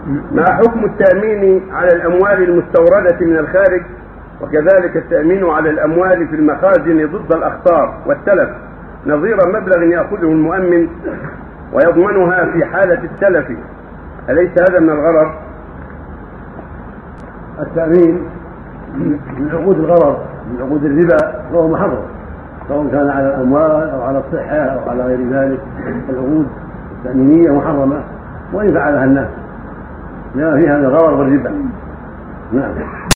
ما حكم التأمين على الأموال المستوردة من الخارج، وكذلك التأمين على الأموال في المخازن ضد الأخطار والتلف نظير مبلغ يأخذه المؤمن ويضمنها في حالة التلف؟ أليس هذا من الغرر؟ التأمين من عقود الغرر، من عقود الربا، فهو محرم، سواء كان على الأموال أو على الصحة أو على غير ذلك. العقود التأمينية محرمة وإن فعلها الناس لما فيها من الغرر والربا. نعم.